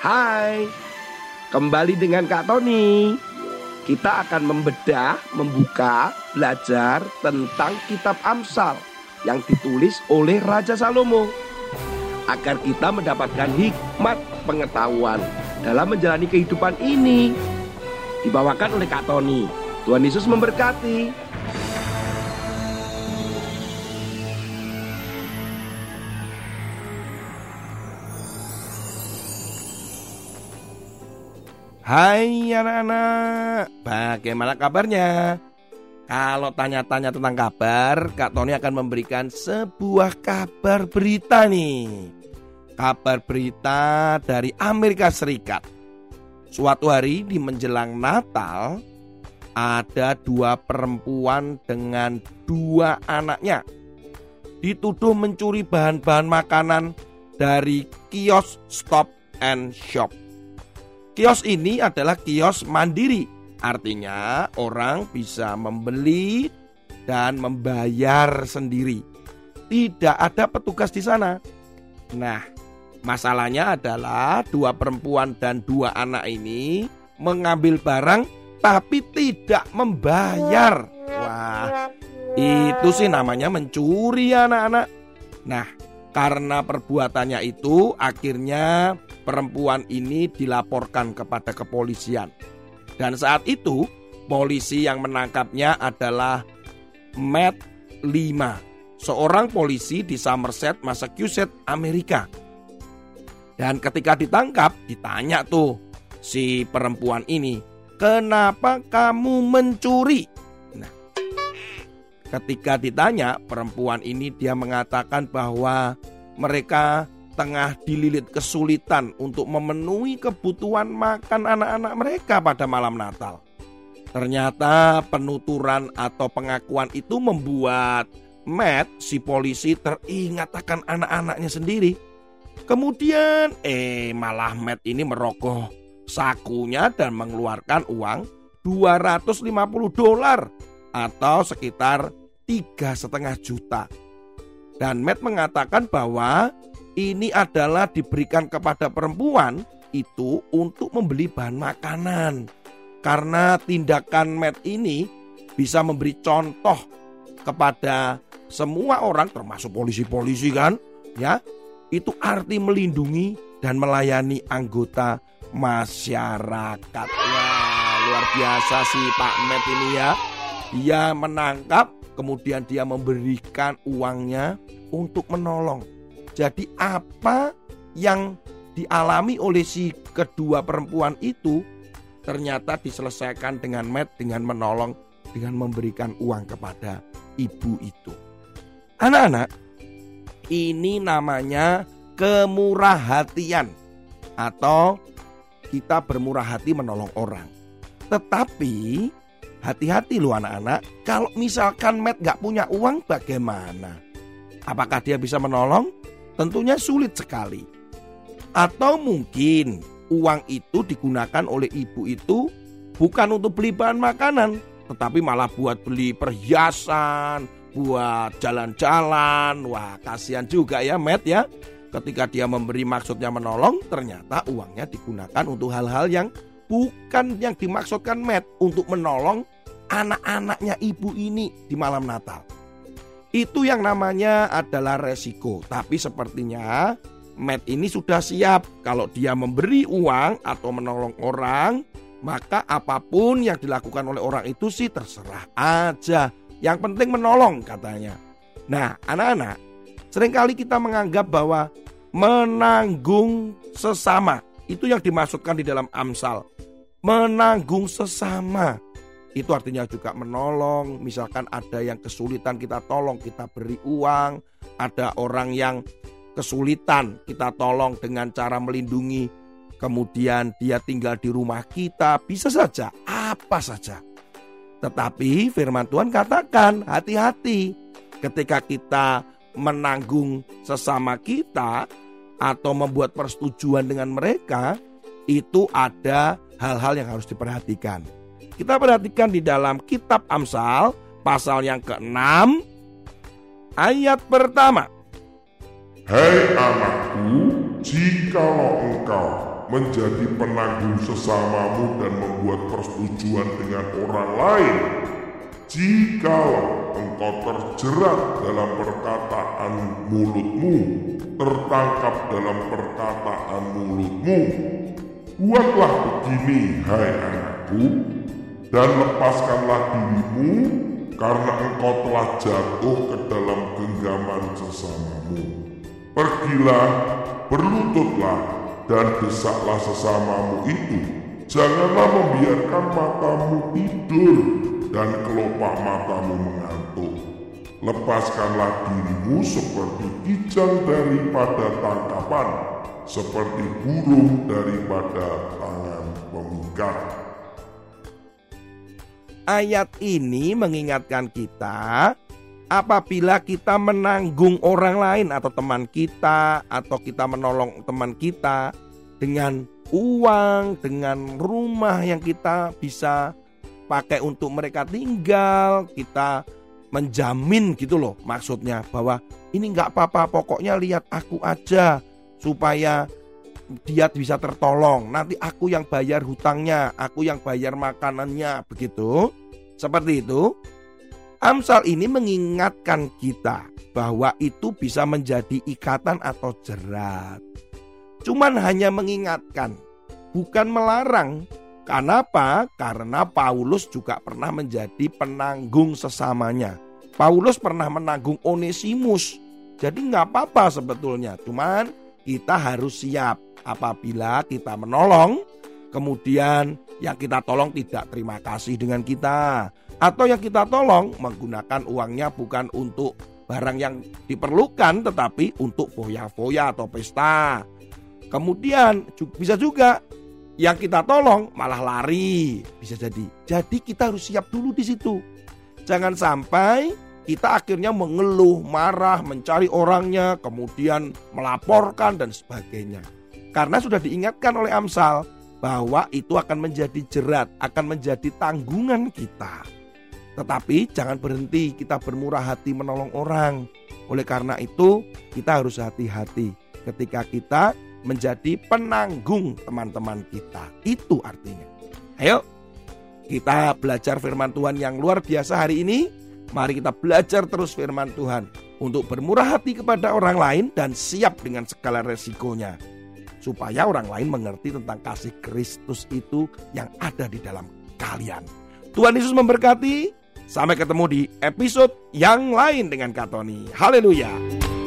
Hai, kembali dengan Kak Tony. Kita akan membuka, belajar tentang kitab Amsal yang ditulis oleh Raja Salomo, agar kita mendapatkan hikmat pengetahuan dalam menjalani kehidupan ini. Dibawakan oleh Kak Tony. Tuhan Yesus memberkati. Hai anak-anak, bagaimana kabarnya? Kalau tanya-tanya tentang kabar, Kak Tony akan memberikan sebuah kabar berita nih. Kabar berita dari Amerika Serikat. Suatu hari di menjelang Natal, ada dua perempuan dengan dua anaknya dituduh mencuri bahan-bahan makanan dari kios Stop and Shop. Kios ini adalah kios mandiri, artinya orang bisa membeli dan membayar sendiri. Tidak ada petugas di sana. Nah, masalahnya adalah dua perempuan dan dua anak ini mengambil barang tapi tidak membayar. Wah, itu sih namanya mencuri anak-anak. Nah, karena perbuatannya itu akhirnya perempuan ini dilaporkan kepada kepolisian. Dan saat itu polisi yang menangkapnya adalah Matt Lima, seorang polisi di Somerset, Massachusetts, Amerika. Dan ketika ditangkap, ditanya tuh si perempuan ini, "Kenapa kamu mencuri?" Nah, ketika ditanya perempuan ini, dia mengatakan bahwa mereka tengah dililit kesulitan untuk memenuhi kebutuhan makan anak-anak mereka pada malam Natal. Ternyata penuturan atau pengakuan itu membuat Matt, si polisi, teringat akan anak-anaknya sendiri. Kemudian malah Matt ini merogoh sakunya dan mengeluarkan uang $250 atau sekitar 3,5 juta. Dan Matt mengatakan bahwa ini adalah diberikan kepada perempuan itu untuk membeli bahan makanan. Karena tindakan Matt ini bisa memberi contoh kepada semua orang, termasuk polisi-polisi kan, ya. Itu arti melindungi dan melayani anggota masyarakat. Wah, luar biasa sih Pak Matt ini ya. Dia menangkap, kemudian dia memberikan uangnya untuk menolong. Jadi apa yang dialami oleh si kedua perempuan itu ternyata diselesaikan dengan Matt dengan menolong, dengan memberikan uang kepada ibu itu. Anak-anak, ini namanya kemurahhatian atau kita bermurah hati menolong orang. Tetapi hati-hati loh anak-anak, kalau misalkan Matt gak punya uang bagaimana? Apakah dia bisa menolong? Tentunya sulit sekali. Atau mungkin uang itu digunakan oleh ibu itu bukan untuk beli bahan makanan, tetapi malah buat beli perhiasan, buat jalan-jalan. Wah, kasihan juga ya Matt ya. Ketika dia memberi maksudnya menolong, ternyata uangnya digunakan untuk hal-hal yang bukan yang dimaksudkan Matt, untuk menolong anak-anaknya ibu ini di malam Natal. Itu yang namanya adalah resiko. Tapi sepertinya Matt ini sudah siap. Kalau dia memberi uang atau menolong orang, maka apapun yang dilakukan oleh orang itu sih terserah aja. Yang penting menolong katanya. Nah anak-anak, seringkali kita menganggap bahwa menanggung sesama, itu yang dimaksudkan di dalam Amsal. Menanggung sesama itu artinya juga menolong. Misalkan ada yang kesulitan, kita tolong, kita beri uang. Ada orang yang kesulitan, kita tolong dengan cara melindungi. Kemudian dia tinggal di rumah kita, bisa saja, apa saja. Tetapi firman Tuhan katakan hati-hati ketika kita menanggung sesama kita atau membuat persetujuan dengan mereka, itu ada hal-hal yang harus diperhatikan. Kita perhatikan di dalam kitab Amsal pasal yang ke-6 ayat pertama. Hai anakku, jikalau engkau menjadi penanggung sesamamu dan membuat persetujuan dengan orang lain. Jikalau engkau terjerat dalam perkataan mulutmu, tertangkap dalam perkataan mulutmu, buatlah begini, hai anakku, dan lepaskanlah dirimu, karena engkau telah jatuh ke dalam genggaman sesamamu. Pergilah, berlututlah, dan desaklah sesamamu itu. Janganlah membiarkan matamu tidur dan kelopak matamu mengantuk. Lepaskanlah dirimu seperti kijang daripada tangkapan, seperti burung daripada tangan pemikat. Ayat ini mengingatkan kita, apabila kita menanggung orang lain atau teman kita, atau kita menolong teman kita dengan uang, dengan rumah yang kita bisa pakai untuk mereka tinggal, kita menjamin gitu loh, maksudnya bahwa ini nggak apa-apa, pokoknya lihat aku aja supaya dia bisa tertolong, nanti aku yang bayar hutangnya, aku yang bayar makanannya, begitu. Seperti itu. Amsal ini mengingatkan kita bahwa itu bisa menjadi ikatan atau jerat. Cuman hanya mengingatkan, bukan melarang. Kenapa? Karena Paulus juga pernah menjadi penanggung sesamanya. Paulus pernah menanggung Onesimus. Jadi nggak apa-apa sebetulnya. Cuman kita harus siap apabila kita menolong, kemudian yang kita tolong tidak terima kasih dengan kita. Atau yang kita tolong menggunakan uangnya bukan untuk barang yang diperlukan, tetapi untuk foya-foya atau pesta. Kemudian bisa juga yang kita tolong malah lari, bisa jadi. Jadi kita harus siap dulu di situ. Jangan sampai kita akhirnya mengeluh, marah, mencari orangnya, kemudian melaporkan dan sebagainya. Karena sudah diingatkan oleh Amsal bahwa itu akan menjadi jerat, akan menjadi tanggungan kita. Tetapi jangan berhenti kita bermurah hati menolong orang. Oleh karena itu kita harus hati-hati ketika kita menjadi penanggung teman-teman kita. Itu artinya. Ayo kita belajar firman Tuhan yang luar biasa hari ini. Mari kita belajar terus firman Tuhan untuk bermurah hati kepada orang lain dan siap dengan segala resikonya. Supaya orang lain mengerti tentang kasih Kristus itu yang ada di dalam kalian. Tuhan Yesus memberkati. Sampai ketemu di episode yang lain dengan Kak Tony. Haleluya.